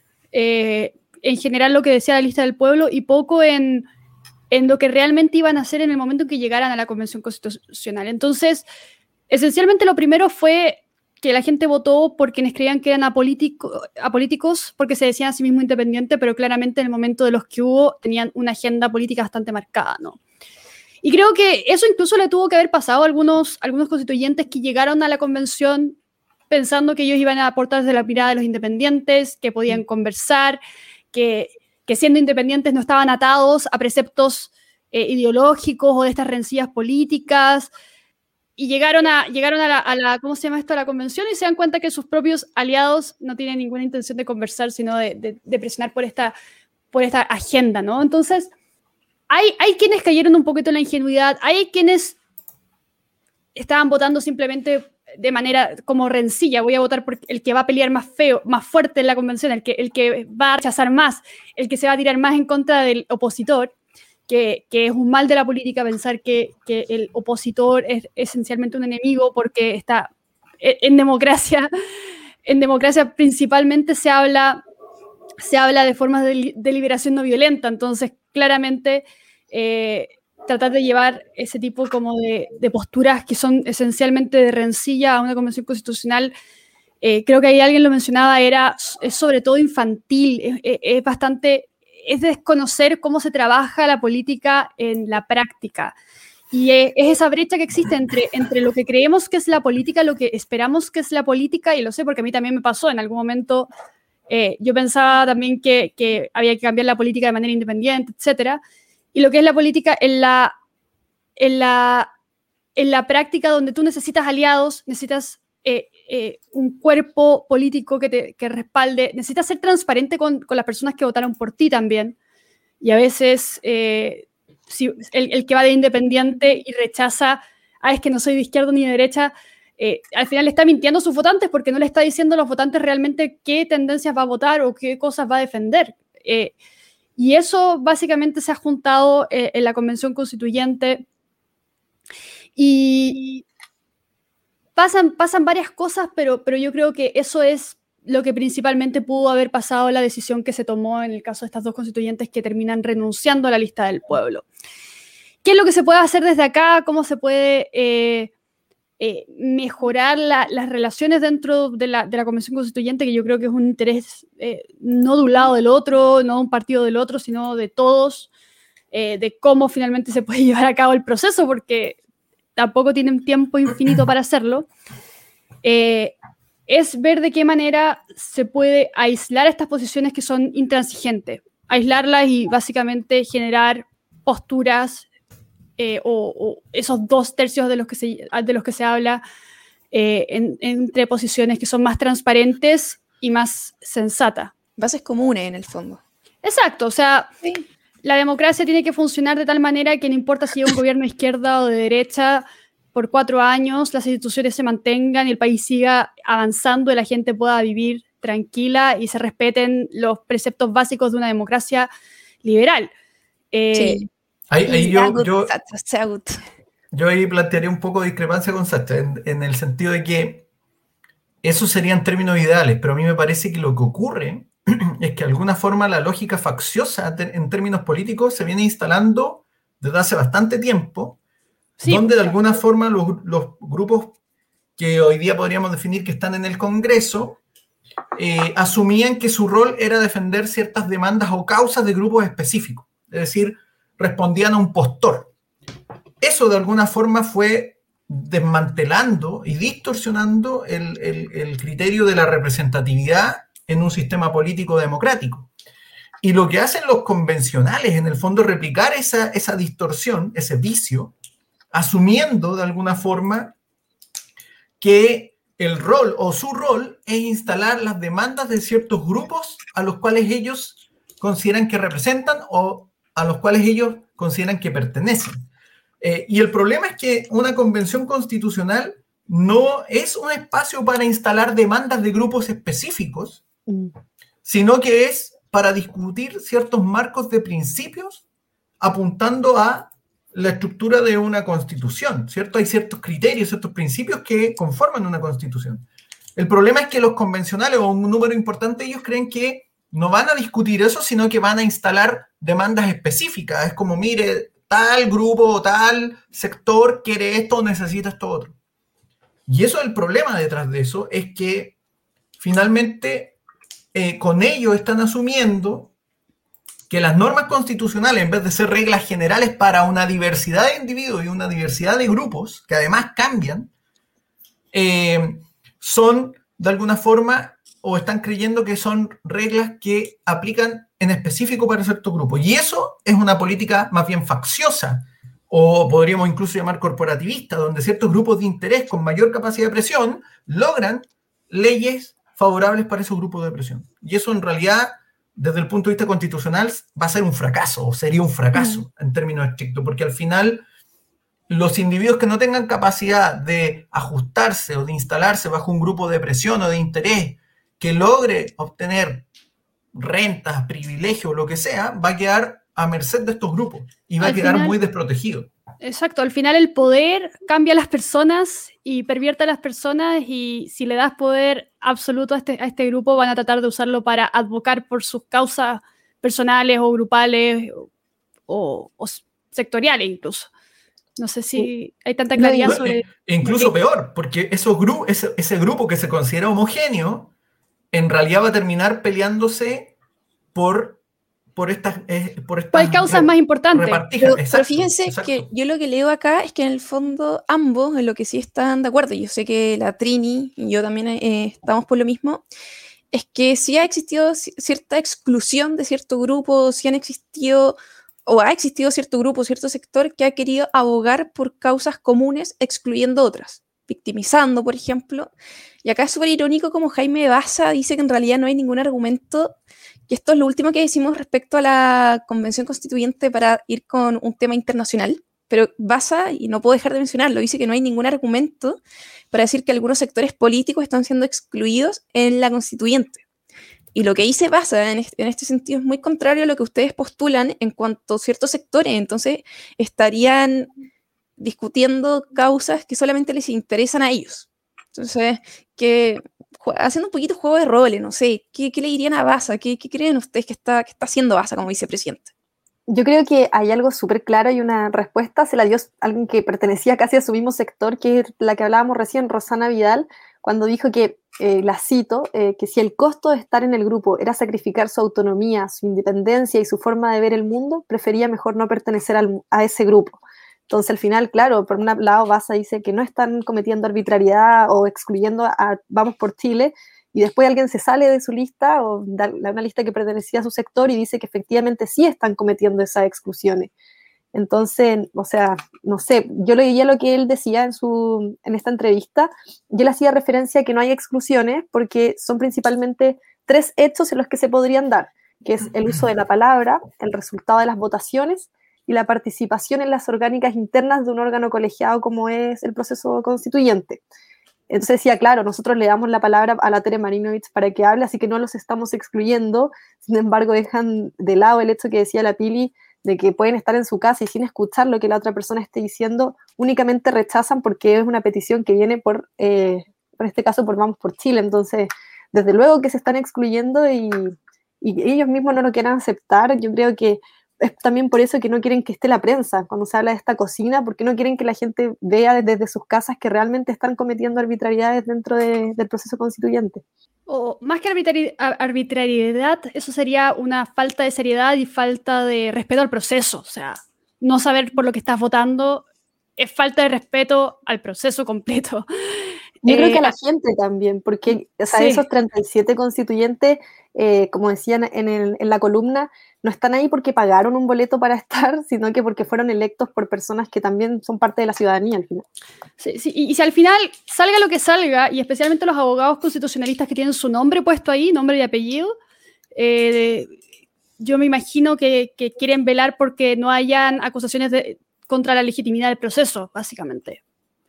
eh, en general lo que decía la lista del pueblo y poco en, en lo que realmente iban a hacer en el momento en que llegaran a la Convención Constitucional. Entonces, esencialmente lo primero fue que la gente votó por quienes creían que eran apolítico, apolíticos, porque se decían a sí mismos independientes, pero claramente en el momento de los que hubo tenían una agenda política bastante marcada, ¿no? Y creo que eso incluso le tuvo que haber pasado a algunos, algunos constituyentes que llegaron a la convención pensando que ellos iban a aportar desde la mirada de los independientes, que podían conversar, que, que siendo independientes no estaban atados a preceptos eh, ideológicos o de estas rencillas políticas. Y llegaron a, llegaron a la, a la, ¿cómo se llama esto? A la convención y se dan cuenta que sus propios aliados no tienen ninguna intención de conversar, sino de, de, de presionar por esta, por esta agenda, ¿no? Entonces, hay, hay quienes cayeron un poquito en la ingenuidad, hay quienes estaban votando simplemente de manera como rencilla, voy a votar por el que va a pelear más feo, más fuerte en la convención, el que, el que va a rechazar más, el que se va a tirar más en contra del opositor. Que, que es un mal de la política pensar que, que el opositor es esencialmente un enemigo porque está en, en democracia. En democracia principalmente se habla, se habla de formas de, de liberación no violenta, entonces claramente eh, tratar de llevar ese tipo como de, de posturas que son esencialmente de rencilla a una convención constitucional, eh, creo que ahí alguien lo mencionaba, era, es sobre todo infantil, es, es, es bastante... es desconocer cómo se trabaja la política en la práctica. Y es esa brecha que existe entre, entre lo que creemos que es la política, lo que esperamos que es la política, y lo sé porque a mí también me pasó en algún momento. Eh, yo pensaba también que, que había que cambiar la política de manera independiente, etcétera. Y lo que es la política en la, en la, en la práctica, donde tú necesitas aliados, necesitas eh, eh, un cuerpo político que te que respalde, necesitas ser transparente con, con las personas que votaron por ti también. Y a veces eh, si el, el que va de independiente y rechaza, ah, es que no soy de izquierda ni de derecha, eh, al final le está mintiendo a sus votantes porque no le está diciendo a los votantes realmente qué tendencias va a votar o qué cosas va a defender. Eh, y eso básicamente se ha juntado eh, en la Convención Constituyente y pasan, pasan varias cosas, pero, pero yo creo que eso es lo que principalmente pudo haber pasado la decisión que se tomó en el caso de estas dos constituyentes que terminan renunciando a la lista del pueblo. ¿Qué es lo que se puede hacer desde acá? ¿Cómo se puede eh, eh, mejorar la, las relaciones dentro de la, de la Convención Constituyente? Que yo creo que es un interés eh, no de un lado del otro, no de un partido del otro, sino de todos, eh, de cómo finalmente se puede llevar a cabo el proceso, porque tampoco tienen tiempo infinito para hacerlo. Eh, es ver de qué manera se puede aislar estas posiciones que son intransigentes, aislarlas y básicamente generar posturas eh, o, o esos dos tercios de los que se, de los que se habla eh, en, entre posiciones que son más transparentes y más sensatas.
Bases comunes en el fondo.
Exacto, o sea, sí. La democracia tiene que funcionar de tal manera que no importa si es un gobierno de izquierda o de derecha, por cuatro años las instituciones se mantengan y el país siga avanzando y la gente pueda vivir tranquila y se respeten los preceptos básicos de una democracia liberal. Eh,
sí.
Ahí, ahí yo, yo,
yo,
yo ahí plantearía un poco de discrepancia con Sastre, en, en el sentido de que eso serían términos ideales, pero a mí me parece que lo que ocurre es que de alguna forma la lógica facciosa en términos políticos se viene instalando desde hace bastante tiempo, sí, donde de alguna forma los, los grupos que hoy día podríamos definir que están en el Congreso eh, asumían que su rol era defender ciertas demandas o causas de grupos específicos, es decir, respondían a un postor. Eso de alguna forma fue desmantelando y distorsionando el, el, el criterio de la representatividad en un sistema político democrático. Y lo que hacen los convencionales, en el fondo, es replicar esa, esa distorsión, ese vicio, asumiendo de alguna forma que el rol o su rol es instalar las demandas de ciertos grupos a los cuales ellos consideran que representan o a los cuales ellos consideran que pertenecen. Eh, y el problema es que una convención constitucional no es un espacio para instalar demandas de grupos específicos, mm. sino que es para discutir ciertos marcos de principios apuntando a la estructura de una constitución, ¿cierto? Hay ciertos criterios, ciertos principios que conforman una constitución. El problema es que los convencionales, o un número importante de ellos, creen que no van a discutir eso, sino que van a instalar demandas específicas. Es como, mire, tal grupo o tal sector quiere esto o necesita esto otro. Y eso es el problema detrás de eso, es que finalmente eh, con ello están asumiendo que las normas constitucionales, en vez de ser reglas generales para una diversidad de individuos y una diversidad de grupos, que además cambian, eh, son de alguna forma, o están creyendo que son reglas que aplican en específico para ciertos grupos. Y eso es una política más bien facciosa, o podríamos incluso llamar corporativista, donde ciertos grupos de interés con mayor capacidad de presión logran leyes favorables para esos grupos de presión. Y eso en realidad, desde el punto de vista constitucional, va a ser un fracaso, o sería un fracaso mm. en términos estrictos, porque al final los individuos que no tengan capacidad de ajustarse o de instalarse bajo un grupo de presión o de interés que logre obtener rentas, privilegios, lo que sea, va a quedar a merced de estos grupos y va al a quedar final, muy desprotegido.
Exacto, al final el poder cambia a las personas y pervierte a las personas, y si le das poder absoluto a este, a este grupo, van a tratar de usarlo para advocar por sus causas personales o grupales o, o sectoriales incluso. No sé si hay tanta claridad
no,
sobre...
E incluso peor, porque esos gru ese, ese grupo que se considera homogéneo, en realidad va a terminar peleándose por... por estas, eh, por estas
¿Cuál causa es más importante?
Pero, exacto, pero fíjense exacto. que yo lo que leo acá es que en el fondo ambos en lo que sí están de acuerdo, yo sé que la Trini y yo también eh, estamos por lo mismo, es que sí ha existido cierta exclusión de cierto grupo, sí han existido o ha existido cierto grupo, cierto sector que ha querido abogar por causas comunes excluyendo otras, victimizando, por ejemplo. Y acá es súper irónico como Jaime Baza dice que en realidad no hay ningún argumento. Y esto es lo último que decimos respecto a la Convención Constituyente para ir con un tema internacional, pero Baza, y no puedo dejar de mencionarlo, dice que no hay ningún argumento para decir que algunos sectores políticos están siendo excluidos en la Constituyente. Y lo que dice Baza en este, en este sentido es muy contrario a lo que ustedes postulan en cuanto a ciertos sectores, entonces estarían discutiendo causas que solamente les interesan a ellos. Entonces, que... haciendo un poquito juego de roles, no sé, ¿qué, qué le dirían a Baza? ¿Qué, qué creen ustedes que está, que está haciendo Baza como vicepresidente?
Yo creo que hay algo súper claro y una respuesta se la dio alguien que pertenecía casi a su mismo sector, que es la que hablábamos recién, Rosana Vidal, cuando dijo que, eh, la cito, eh, que si el costo de estar en el grupo era sacrificar su autonomía, su independencia y su forma de ver el mundo, prefería mejor no pertenecer al, a ese grupo. Entonces, al final, claro, por un lado, Baza dice que no están cometiendo arbitrariedad o excluyendo a Vamos por Chile, y después alguien se sale de su lista o da una lista que pertenecía a su sector y dice que efectivamente sí están cometiendo esas exclusiones. Entonces, o sea, no sé, yo leía lo que él decía en, su, en esta entrevista, y él hacía referencia a que no hay exclusiones porque son principalmente tres hechos en los que se podrían dar, que es el uso de la palabra, el resultado de las votaciones y la participación en las orgánicas internas de un órgano colegiado como es el proceso constituyente. Entonces decía, claro, nosotros le damos la palabra a la Tere Marinovich para que hable, así que no los estamos excluyendo, sin embargo dejan de lado el hecho que decía la Pili, de que pueden estar en su casa y sin escuchar lo que la otra persona esté diciendo, únicamente rechazan porque es una petición que viene por, eh, por este caso, por Vamos por Chile. Entonces, desde luego que se están excluyendo y, y ellos mismos no lo quieran aceptar. Yo creo que es también por eso que no quieren que esté la prensa cuando se habla de esta cocina, porque no quieren que la gente vea desde, desde sus casas que realmente están cometiendo arbitrariedades dentro de, del proceso constituyente.
O más que arbitrari- arbitrariedad, eso sería una falta de seriedad y falta de respeto al proceso. O sea, no saber por lo que estás votando es falta de respeto al proceso completo.
Yo creo
Eh,
que a la gente también, porque o sea,
sí.
esos treinta y siete constituyentes, eh, como decían en, el- en la columna, no están ahí porque pagaron un boleto para estar, sino que porque fueron electos por personas que también son parte de la ciudadanía al final.
Sí, sí, y, y si al final salga lo que salga, y especialmente los abogados constitucionalistas que tienen su nombre puesto ahí, nombre y apellido, eh, yo me imagino que, que quieren velar porque no hayan acusaciones de, contra la legitimidad del proceso, básicamente.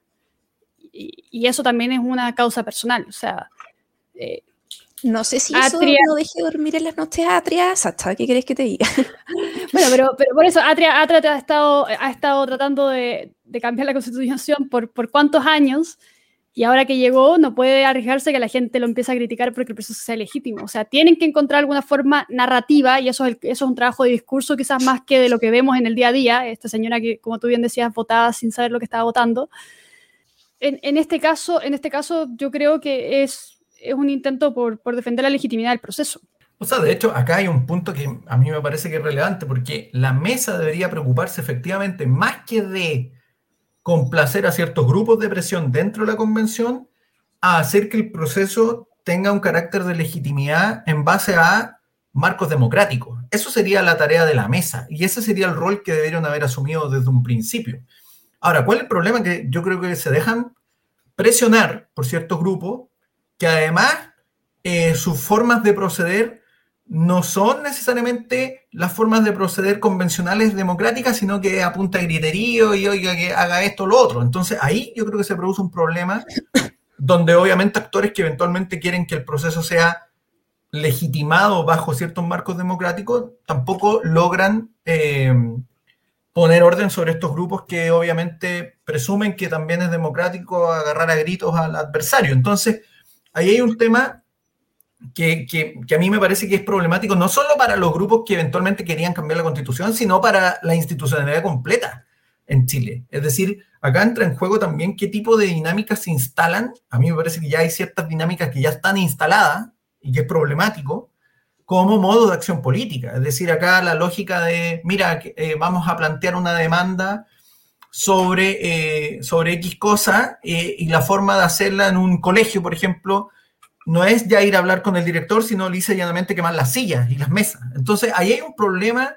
Y, y eso también es una causa personal, o sea... Eh,
No sé si eso
Atria,
no deje dormir en las noches a Atria, Sacha, ¿qué querés que te diga?
bueno, pero, pero por eso Atria, Atria ha, estado, ha estado tratando de, de cambiar la constitución por, por cuántos años, y ahora que llegó no puede arriesgarse que la gente lo empiece a criticar porque el proceso sea legítimo. O sea, tienen que encontrar alguna forma narrativa, y eso es, el, eso es un trabajo de discurso quizás más que de lo que vemos en el día a día. Esta señora que, como tú bien decías, votaba sin saber lo que estaba votando. En, en, este, caso, en este caso yo creo que es, es un intento por, por defender la legitimidad del proceso.
O sea, de hecho, acá hay un punto que a mí me parece que es relevante, porque la mesa debería preocuparse efectivamente más que de complacer a ciertos grupos de presión dentro de la convención, a hacer que el proceso tenga un carácter de legitimidad en base a marcos democráticos. Eso sería la tarea de la mesa, y ese sería el rol que deberían haber asumido desde un principio. Ahora, ¿cuál es el problema? Que yo creo que se dejan presionar por ciertos grupos que además eh, sus formas de proceder no son necesariamente las formas de proceder convencionales democráticas, sino que apunta a griterío y oiga que haga esto o lo otro. Entonces ahí yo creo que se produce un problema donde obviamente actores que eventualmente quieren que el proceso sea legitimado bajo ciertos marcos democráticos tampoco logran eh, poner orden sobre estos grupos que obviamente presumen que también es democrático agarrar a gritos al adversario. Entonces ahí hay un tema Que, que, que a mí me parece que es problemático, no solo para los grupos que eventualmente querían cambiar la Constitución, sino para la institucionalidad completa en Chile. Es decir, acá entra en juego también qué tipo de dinámicas se instalan. A mí me parece que ya hay ciertas dinámicas que ya están instaladas y que es problemático como modo de acción política. Es decir, acá la lógica de, mira, eh, vamos a plantear una demanda sobre, eh, sobre X cosa eh, y la forma de hacerla en un colegio, por ejemplo, no es ya ir a hablar con el director, sino lisa y llanamente quemar las sillas y las mesas. Entonces, ahí hay un problema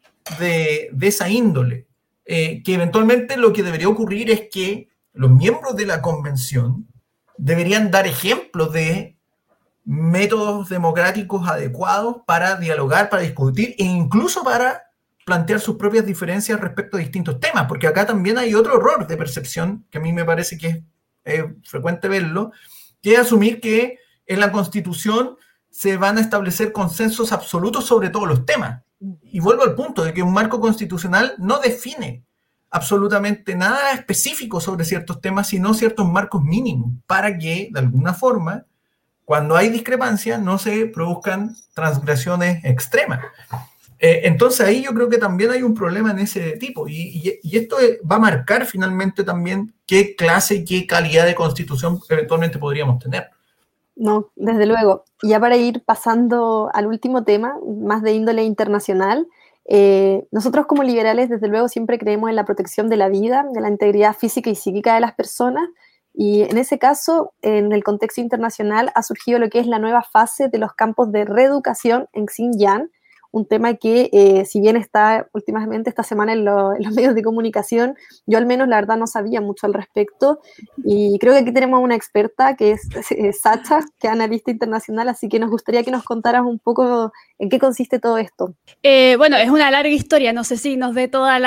de, de esa índole, eh, que eventualmente lo que debería ocurrir es que los miembros de la convención deberían dar ejemplos de métodos democráticos adecuados para dialogar, para discutir e incluso para plantear sus propias diferencias respecto a distintos temas, porque acá también hay otro error de percepción, que a mí me parece que es eh, frecuente verlo, que es asumir que en la Constitución se van a establecer consensos absolutos sobre todos los temas. Y vuelvo al punto de que un marco constitucional no define absolutamente nada específico sobre ciertos temas, sino ciertos marcos mínimos, para que, de alguna forma, cuando hay discrepancias, no se produzcan transgresiones extremas. Eh, entonces ahí yo creo que también hay un problema en ese tipo, y, y, y esto va a marcar finalmente también qué clase y qué calidad de constitución eventualmente podríamos tener.
No, desde luego. Y ya para ir pasando al último tema, más de índole internacional, eh, nosotros como liberales, desde luego, siempre creemos en la protección de la vida, de la integridad física y psíquica de las personas, y en ese caso, en el contexto internacional, ha surgido lo que es la nueva fase de los campos de reeducación en Xinjiang, un tema que, eh, si bien está últimamente esta semana en, lo, en los medios de comunicación, yo al menos la verdad no sabía mucho al respecto, y creo que aquí tenemos una experta que es eh, Sacha, que es analista internacional, así que nos gustaría que nos contaras un poco en qué consiste todo esto.
Eh, bueno, es una larga historia, no sé si nos dé todo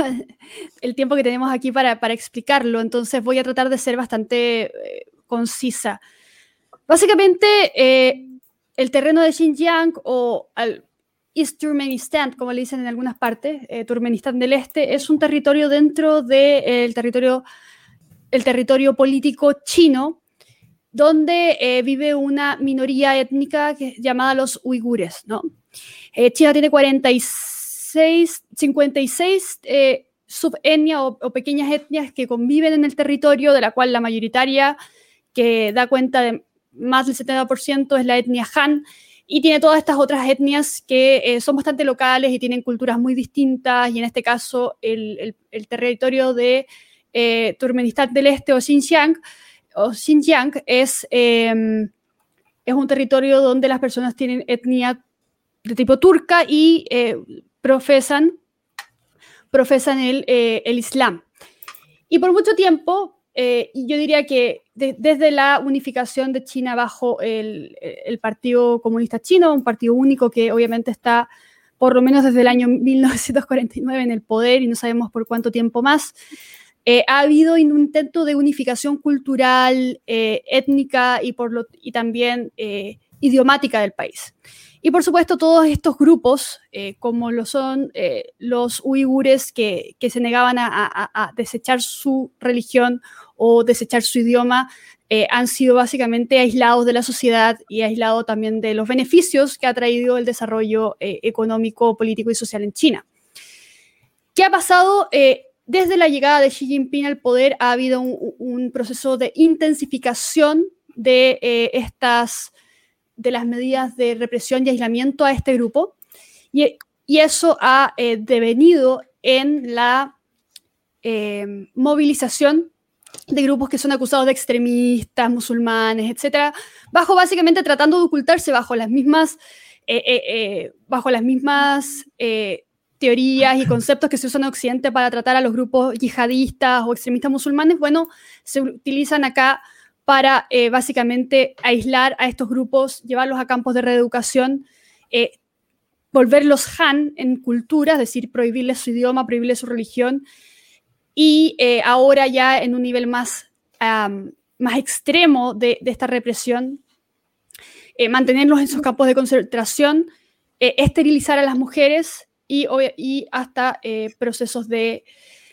el tiempo que tenemos aquí para, para explicarlo, entonces voy a tratar de ser bastante eh, concisa. Básicamente, eh, el terreno de Xinjiang o al East Turkmenistán, como le dicen en algunas partes, eh, Turkmenistán del Este, es un territorio dentro del de, territorio, el territorio político chino, donde eh, vive una minoría étnica que, llamada los uigures, ¿no? Eh, China tiene cuarenta y seis, cincuenta y seis eh, subetnias o, o pequeñas etnias que conviven en el territorio, de la cual la mayoritaria, que da cuenta de más del setenta por ciento, es la etnia Han, y tiene todas estas otras etnias que eh, son bastante locales y tienen culturas muy distintas, y en este caso el, el, el territorio de eh, Turkmenistán del Este o Xinjiang o Xinjiang es, eh, es un territorio donde las personas tienen etnia de tipo turca y eh, profesan, profesan el, eh, el Islam. Y por mucho tiempo, eh, yo diría que de, desde la unificación de China bajo el, el Partido Comunista Chino, un partido único que obviamente está por lo menos desde el año mil novecientos cuarenta y nueve en el poder y no sabemos por cuánto tiempo más, eh, ha habido un intento de unificación cultural, eh, étnica y, por lo, y también eh, idiomática del país. Y por supuesto todos estos grupos, eh, como lo son eh, los uigures que, que se negaban a, a, a desechar su religión o desechar su idioma, eh, han sido básicamente aislados de la sociedad y aislados también de los beneficios que ha traído el desarrollo eh, económico, político y social en China. ¿Qué ha pasado? Eh, desde la llegada de Xi Jinping al poder ha habido un, un proceso de intensificación de eh, estas de las medidas de represión y aislamiento a este grupo, y, y eso ha eh, devenido en la eh, movilización de grupos que son acusados de extremistas, musulmanes, etcétera, bajo básicamente tratando de ocultarse bajo las mismas, eh, eh, eh, bajo las mismas eh, teorías y conceptos que se usan en Occidente para tratar a los grupos yihadistas o extremistas musulmanes. Bueno, se utilizan acá para eh, básicamente aislar a estos grupos, llevarlos a campos de reeducación, eh, volverlos Han en cultura, es decir, prohibirles su idioma, prohibirles su religión, y eh, ahora ya en un nivel más, um, más extremo de, de esta represión, eh, mantenerlos en sus campos de concentración, eh, esterilizar a las mujeres y, y hasta eh, procesos de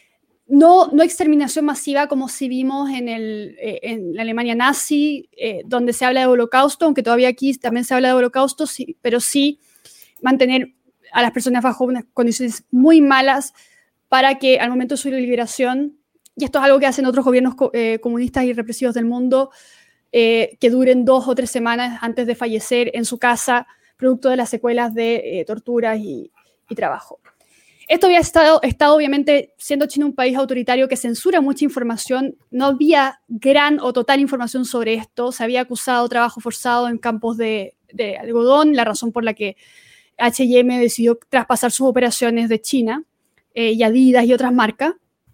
No, no exterminación masiva como si vimos en, el, eh, en la Alemania nazi, eh, donde se habla de holocausto, aunque todavía aquí también se habla de holocausto, sí, pero sí mantener a las personas bajo unas condiciones muy malas para que al momento de su liberación, y esto es algo que hacen otros gobiernos eh, comunistas y represivos del mundo, eh, que duren dos o tres semanas antes de fallecer en su casa, producto de las secuelas de eh, torturas y, y trabajo. Esto había estado, estado, obviamente, siendo China un país autoritario que censura mucha información, no había gran o total información sobre esto, se había acusado trabajo forzado en campos de, de algodón, la razón por la que H y M decidió traspasar sus operaciones de China, eh, y Adidas y otras marcas,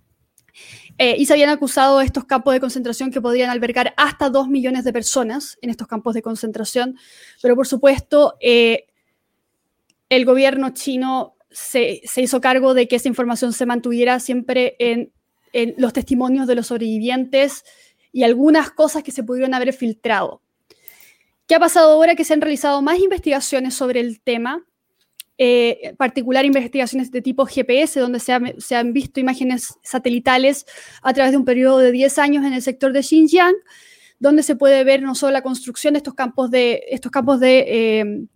eh, y se habían acusado estos campos de concentración que podrían albergar hasta dos millones de personas en estos campos de concentración, pero por supuesto eh, el gobierno chino Se, se hizo cargo de que esa información se mantuviera siempre en, en los testimonios de los sobrevivientes y algunas cosas que se pudieron haber filtrado. ¿Qué ha pasado ahora? Que se han realizado más investigaciones sobre el tema, eh, en particular investigaciones de tipo G P S, donde se, ha, se han visto imágenes satelitales a través de un periodo de diez años en el sector de Xinjiang, donde se puede ver no solo la construcción de estos campos de, estos campos de eh,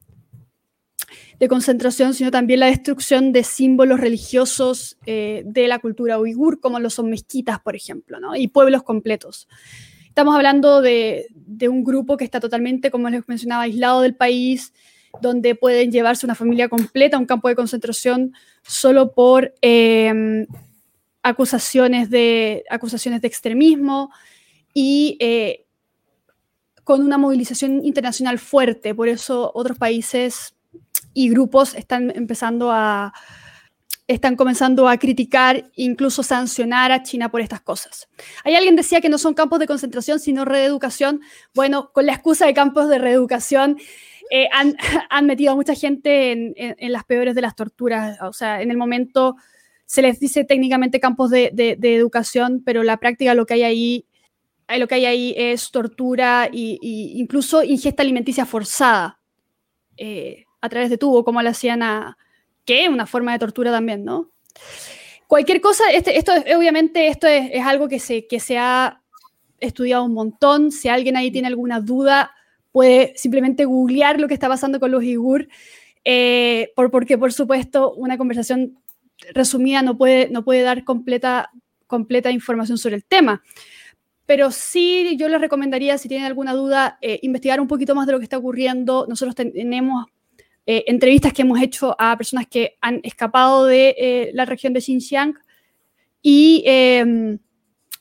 de concentración, sino también la destrucción de símbolos religiosos eh, de la cultura uigur, como lo son mezquitas, por ejemplo, ¿no? Y pueblos completos. Estamos hablando de, de un grupo que está totalmente, como les mencionaba, aislado del país, donde pueden llevarse una familia completa a un campo de concentración solo por eh, acusaciones, de, acusaciones de extremismo y eh, con una movilización internacional fuerte. Por eso otros países y grupos están empezando a, están comenzando a criticar, incluso sancionar a China por estas cosas. Hay alguien que decía que no son campos de concentración, sino reeducación. Bueno, con la excusa de campos de reeducación, eh, han, han metido a mucha gente en, en, en las peores de las torturas. O sea, en el momento se les dice técnicamente campos de, de, de educación, pero la práctica lo que hay ahí, lo que hay ahí es tortura e incluso ingesta alimenticia forzada. Eh, a través de tubo, como le hacían a... que es una forma de tortura también, ¿no? Cualquier cosa, este, esto es, obviamente esto es, es algo que se, que se ha estudiado un montón. Si alguien ahí tiene alguna duda, puede simplemente googlear lo que está pasando con los uigur, eh, por, porque por supuesto una conversación resumida no puede, no puede dar completa, completa información sobre el tema. Pero sí yo les recomendaría, si tienen alguna duda, eh, investigar un poquito más de lo que está ocurriendo. Nosotros tenemos eh, entrevistas que hemos hecho a personas que han escapado de eh, la región de Xinjiang y, eh,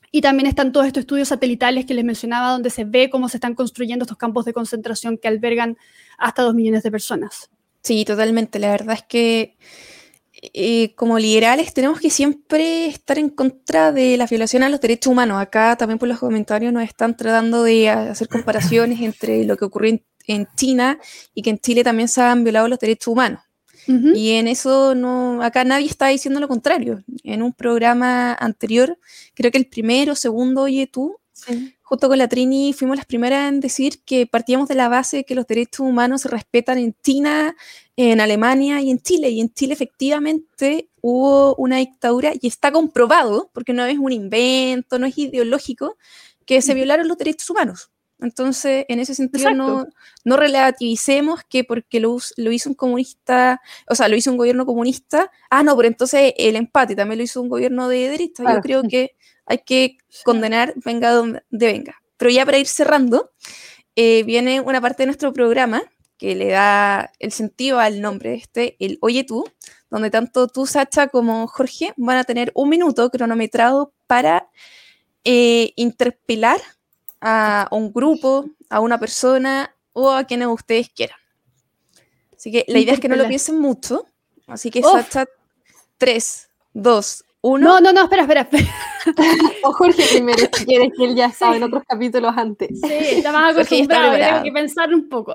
Y también están todos estos estudios satelitales que les mencionaba, donde se ve cómo se están construyendo estos campos de concentración que albergan hasta dos millones de personas.
Sí, totalmente. La verdad es que eh, como liberales tenemos que siempre estar en contra de las violaciones a los derechos humanos. Acá también por los comentarios nos están tratando de hacer comparaciones entre lo que ocurrió en, en China y que en Chile también se han violado los derechos humanos. Uh-huh. Y en eso no, acá nadie está diciendo lo contrario. En un programa anterior, creo que el primero, segundo, Oye Tú, sí. Junto con la Trini fuimos las primeras en decir que partíamos de la base de que los derechos humanos se respetan en China, en Alemania y en Chile. Y en Chile efectivamente hubo una dictadura y está comprobado, porque no es un invento, no es ideológico, que se violaron los derechos humanos. Entonces, en ese sentido, no, no relativicemos que porque lo, lo hizo un comunista, o sea, lo hizo un gobierno comunista, ah, no, pero entonces el empate también lo hizo un gobierno de derecha. Claro. Yo creo que hay que condenar, venga donde venga. Pero ya para ir cerrando, eh, viene una parte de nuestro programa que le da el sentido al nombre este, el Oye Tú, donde tanto tú, Sacha, como Jorge van a tener un minuto cronometrado para eh, interpelar a un grupo, a una persona o a quienes ustedes quieran. Así que la idea es que no lo piensen mucho. Así que, Uf. Sacha, tres, dos, uno.
No, no, no, espera, espera. espera.
O Jorge primero, si quieres, que él ya estaba sí. en otros capítulos antes.
Sí, está más acostumbrado, tengo que pensar un poco.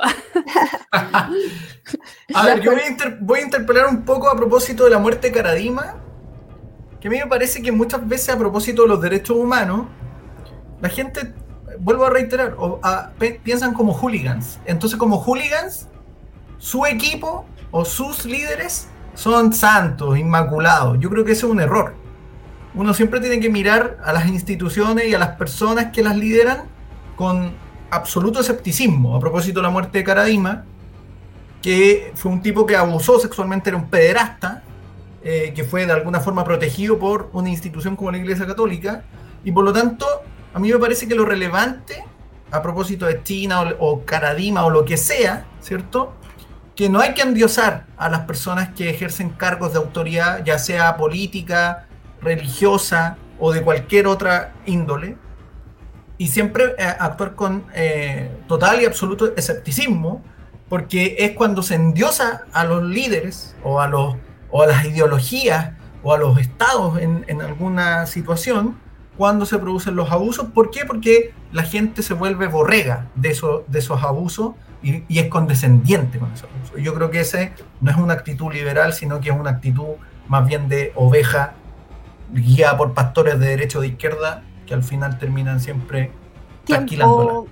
A ver, yo voy a, inter- voy a interpelar un poco a propósito de la muerte de Karadima, que a mí me parece que muchas veces a propósito de los derechos humanos, la gente... Vuelvo a reiterar, o a, pe, piensan como hooligans. Entonces, como hooligans, su equipo o sus líderes son santos, inmaculados. Yo creo que ese es un error. Uno siempre tiene que mirar a las instituciones y a las personas que las lideran con absoluto escepticismo. A propósito de la muerte de Karadima, que fue un tipo que abusó sexualmente, era un pederasta, eh, que fue de alguna forma protegido por una institución como la Iglesia Católica, y por lo tanto... A mí me parece que lo relevante, a propósito de China o, o Karadima o lo que sea, ¿cierto? Que no hay que endiosar a las personas que ejercen cargos de autoridad, ya sea política, religiosa o de cualquier otra índole, y siempre eh, actuar con eh, total y absoluto escepticismo, porque es cuando se endiosa a los líderes o a, los, o a las ideologías o a los estados en, en alguna situación, cuando se producen los abusos. ¿Por qué? Porque la gente se vuelve borrega de, eso, de esos abusos y, y es condescendiente con esos abusos. Yo creo que ese no es una actitud liberal, sino que es una actitud más bien de oveja guiada por pastores de derecha o de izquierda que al final terminan siempre trasquilándola.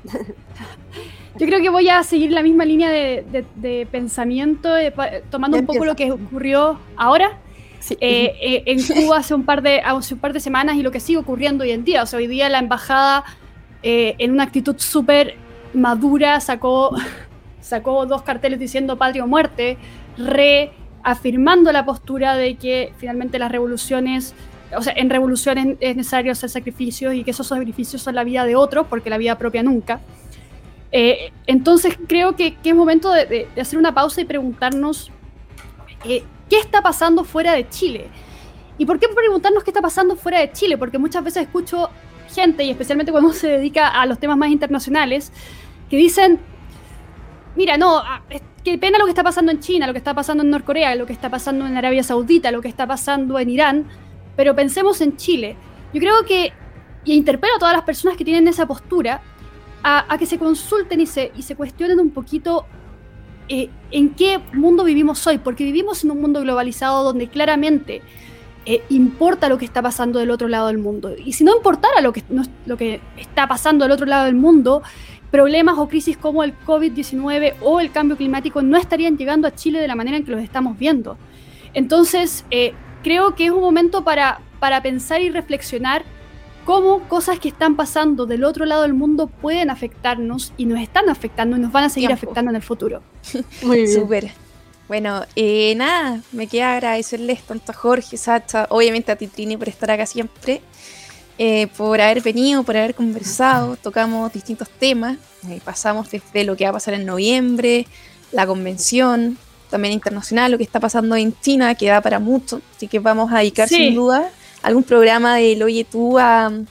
Yo creo que voy a seguir la misma línea de, de, de pensamiento, de, tomando un poco lo que ocurrió ahora. Sí. Eh, eh, en Cuba hace un, par de, hace un par de semanas y lo que sigue ocurriendo hoy en día. O sea, hoy día la embajada, eh, en una actitud súper madura, sacó, sacó dos carteles diciendo patria o muerte, reafirmando la postura de que finalmente las revoluciones, o sea, en revoluciones es necesario hacer sacrificios y que esos sacrificios son la vida de otros, porque la vida propia nunca. Eh, entonces creo que, que es momento de, de, de hacer una pausa y preguntarnos... Eh, ¿qué está pasando fuera de Chile? ¿Y por qué preguntarnos qué está pasando fuera de Chile? Porque muchas veces escucho gente, y especialmente cuando uno se dedica a los temas más internacionales, que dicen, mira, no, qué pena lo que está pasando en China, lo que está pasando en Norcorea, lo que está pasando en Arabia Saudita, lo que está pasando en Irán, pero pensemos en Chile. Yo creo que, y interpelo a todas las personas que tienen esa postura, a, a que se consulten y se, y se cuestionen un poquito Eh, en qué mundo vivimos hoy, porque vivimos en un mundo globalizado donde claramente eh, importa lo que está pasando del otro lado del mundo. Y si no importara lo que, no, lo que está pasando del otro lado del mundo, problemas o crisis como el covid diecinueve o el cambio climático no estarían llegando a Chile de la manera en que los estamos viendo. Entonces, eh, creo que es un momento para, para pensar y reflexionar cómo cosas que están pasando del otro lado del mundo pueden afectarnos y nos están afectando y nos van a seguir Tiempo. afectando en el futuro.
Muy bien. Súper. Bueno, eh, nada, me queda agradecerles tanto a Jorge, Sacha, obviamente a ti, Trini, por estar acá siempre, eh, por haber venido, por haber conversado, tocamos distintos temas, eh, pasamos desde lo que va a pasar en noviembre, la convención, también internacional, lo que está pasando en China, que da para mucho, así que vamos a dedicar sí. sin duda algún programa del Oye Tú a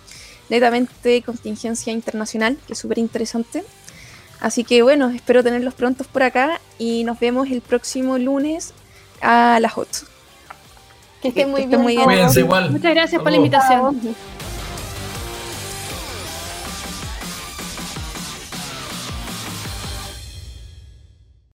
netamente contingencia internacional, que es súper interesante. Así que bueno, espero tenerlos prontos por acá y nos vemos el próximo lunes a las ocho.
Que estén muy
Que estén
bien.
muy bien.
Cuídense igual.
Muchas gracias por la
Saludos.
invitación.
Chao.